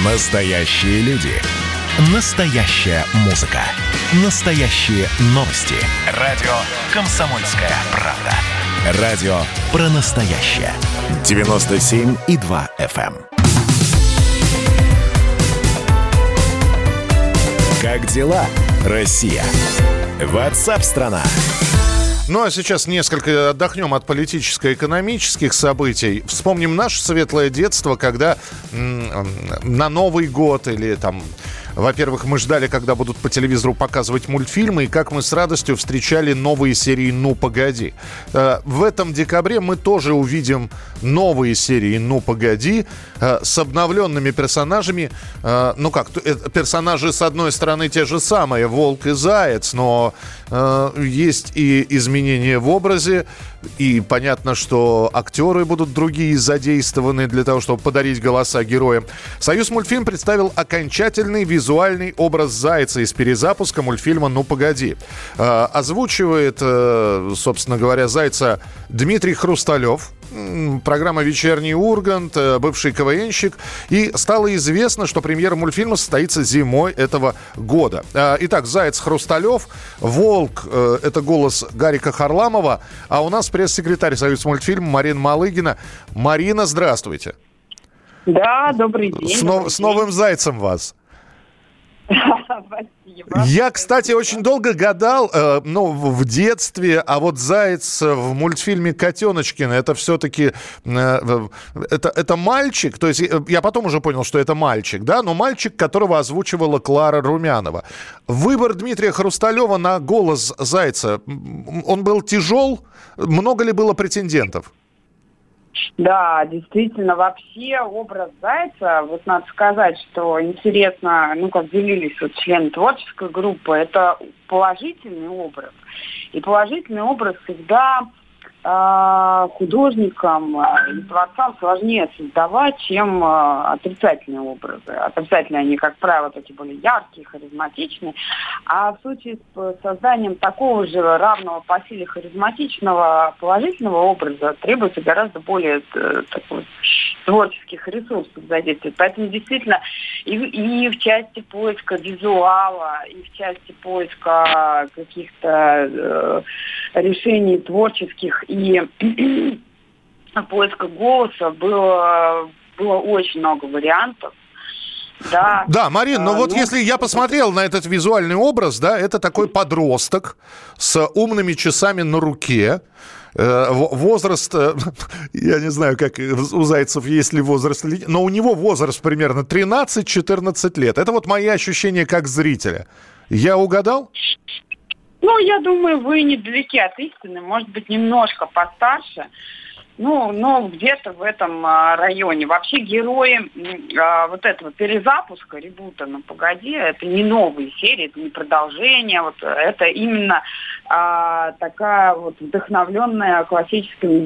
Настоящие люди. Настоящая музыка. Настоящие новости. Радио «Комсомольская правда». Радио про настоящее. 97,2 FM. Как дела, Россия? WhatsApp-страна. Ну, а сейчас несколько отдохнем от политическо-экономических событий. Вспомним наше светлое детство, когда на Новый год или там... Во-первых, мы ждали, когда будут по телевизору показывать мультфильмы, и как мы с радостью встречали новые серии «Ну, погоди». В этом декабре мы тоже увидим новые серии «Ну, погоди» с обновленными персонажами. Персонажи, с одной стороны, те же самые, волк и заяц, но есть и изменения в образе, и понятно, что актеры будут другие задействованы для того, чтобы подарить голоса героям. «Союзмультфильм» представил окончательный визуальный образ зайца из перезапуска мультфильма «Ну, погоди». Озвучивает, собственно говоря, зайца Дмитрий Хрусталев. Программа «Вечерний Ургант», бывший КВНщик. И стало известно, что премьера мультфильма состоится зимой этого года. Итак, заяц Хрусталев, волк — это голос Гарика Харламова, а у нас пресс-секретарь «Союзмультфильм» Марина Малыгина. Марина, здравствуйте. Да, добрый день. С новым зайцем вас. Спасибо. Я, кстати, очень долго гадал, в детстве, а вот заяц в мультфильме «Котеночкин» это все-таки это мальчик, то есть я потом уже понял, что это мальчик, да, но мальчик, которого озвучивала Клара Румянова. Выбор Дмитрия Хрусталева на голос зайца, он был тяжел? Много ли было претендентов? Да, действительно, вообще образ зайца, вот надо сказать, что интересно, как делились члены творческой группы, это положительный образ. И положительный образ всегда художникам и творцам сложнее создавать, чем отрицательные образы. Отрицательные они, как правило, такие более яркие, харизматичные. А в случае с созданием такого же равного по силе харизматичного положительного образа требуется гораздо более творческих ресурсов задействовать. Поэтому действительно и в части поиска визуала, и в части поиска каких-то решений творческих и поиска голоса было очень много вариантов. Да, Марин, если я посмотрел на этот визуальный образ, да, это такой подросток с умными часами на руке. Возраст, я не знаю, как у зайцев есть ли возраст, но у него возраст примерно 13-14 лет. Это вот мои ощущения как зрителя. Я угадал? Я думаю, вы недалеки от истины, может быть, немножко постарше, но где-то в этом районе. Вообще герои вот этого перезапуска, ребута «Ну, погоди», это не новые серии, это не продолжение, это именно такая вдохновленный классическими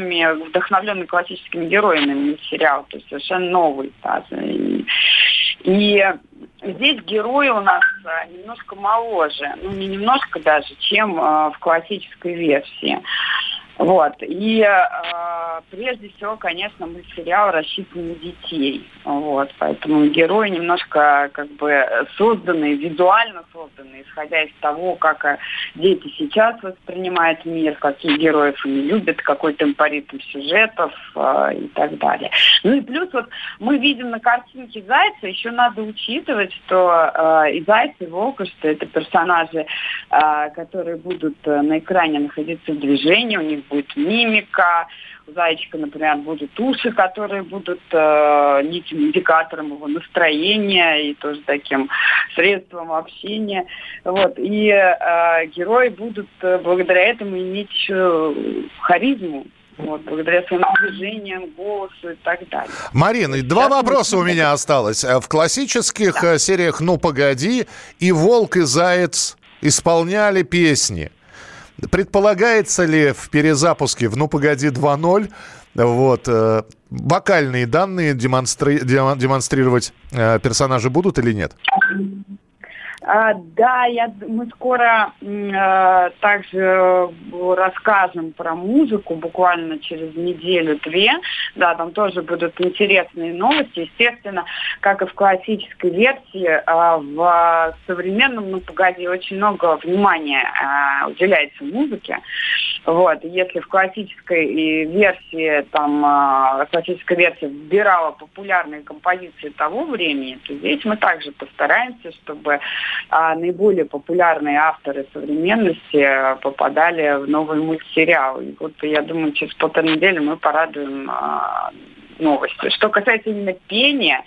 героями мультсериал, то есть совершенно новый. Да, и здесь герои у нас немножко моложе, не немножко даже, чем в классической версии. И прежде всего, конечно, мультсериал рассчитан на детей. Поэтому герои немножко визуально созданы, исходя из того, как дети сейчас воспринимают мир, какие героев они любят, какой темпоритм сюжетов и так далее. И плюс мы видим на картинке зайца, еще надо учитывать, что и зайца, и волка, что это персонажи, которые будут на экране находиться в движении, у них будет мимика, у зайчика, например, будут уши, которые будут неким индикатором его настроения и тоже таким средством общения. И герои будут благодаря этому иметь еще харизму. Благодаря своим движениям, голосу и так далее. Марина, два вопроса у меня осталось. В классических сериях «Ну, погоди» и «Волк и заяц» исполняли песни. Предполагается ли в перезапуске в «Ну, погоди» 2.0 вокальные данные демонстрировать персонажи будут или нет? Да, мы скоро также расскажем про музыку, буквально через неделю-две. Да, там тоже будут интересные новости. Естественно, как и в классической версии, в современном «Ну, погоди» очень много внимания уделяется музыке. Вот. И если в классической версии, классическая версия выбирала популярные композиции того времени, то здесь мы также постараемся, чтобы наиболее популярные авторы современности попадали в новый мультсериал. И вот, я думаю, через 1,5 недели мы порадуем новостью. Что касается именно пения,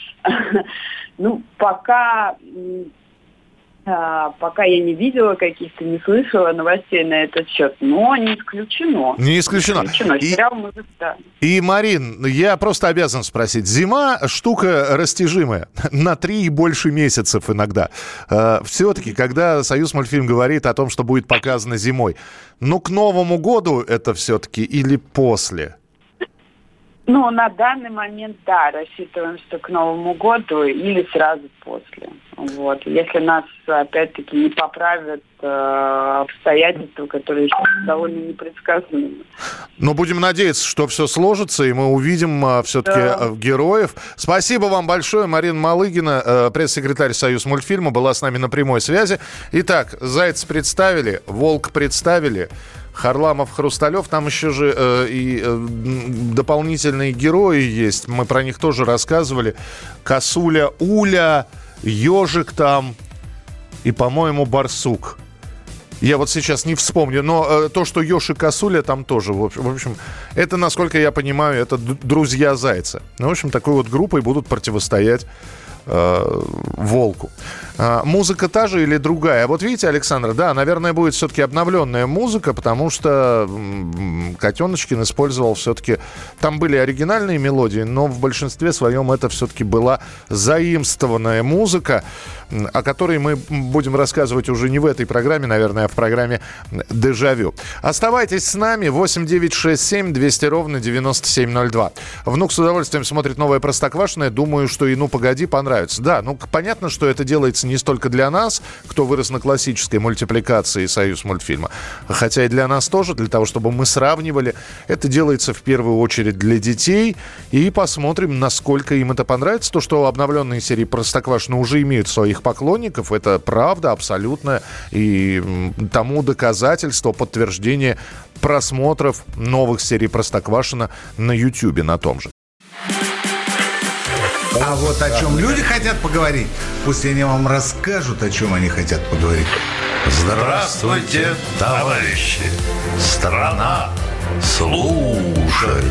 пока я не видела каких-то, не слышала новостей на этот счет, но не исключено. Не исключено. Сериал музыка, да. И, Марин, я просто обязан спросить. Зима – штука растяжимая. На 3 и больше месяцев иногда. Все-таки, когда «Союзмультфильм» говорит о том, что будет показано зимой, к Новому году это все-таки или после? На данный момент, да, рассчитываем, что к Новому году или сразу после. Вот. Если нас, опять-таки, не поправят обстоятельства, которые сейчас довольно непредсказуемы. Но будем надеяться, что все сложится, и мы увидим все-таки героев. Спасибо вам большое. Марина Малыгина, пресс-секретарь «Союзмультфильма», была с нами на прямой связи. Итак, «Зайца» представили, «Волк» представили, Харламов, Хрусталев, там еще же и дополнительные герои есть, мы про них тоже рассказывали. Косуля, Уля, ежик там и, по-моему, барсук. Я вот сейчас не вспомню, но то, что еж и косуля там тоже, в общем, это, насколько я понимаю, это друзья Зайца. В общем, такой вот группой будут противостоять волку. Музыка та же или другая? Вот видите, Александр, да, наверное, будет все-таки обновленная музыка, потому что Котеночкин использовал все-таки... Там были оригинальные мелодии, но в большинстве своем это все-таки была заимствованная музыка, о которой мы будем рассказывать уже не в этой программе, наверное, а в программе «Дежавю». Оставайтесь с нами. 8 9 6 7 200 ровно 9702. Внук с удовольствием смотрит новое «Простоквашино». Думаю, что и «Ну, погоди» понравится. Да, понятно, что это делается не столько для нас, кто вырос на классической мультипликации «Союзмультфильма», хотя и для нас тоже, для того, чтобы мы сравнивали. Это делается в первую очередь для детей. И посмотрим, насколько им это понравится. То, что обновленные серии «Простоквашино» уже имеют своих поклонников, это правда абсолютно. И тому доказательство, подтверждение просмотров новых серий «Простоквашино» на Ютьюбе на том же. А вот о чем люди хотят поговорить, пусть они вам расскажут, о чем они хотят поговорить. Здравствуйте, товарищи! Страна служит!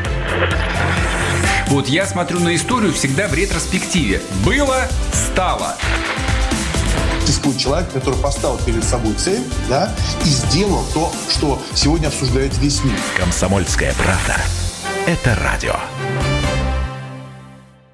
Вот я смотрю на историю всегда в ретроспективе. Было, стало. Существует человек, который поставил перед собой цель, да, и сделал то, что сегодня обсуждает весь мир. «Комсомольская правда» — это радио.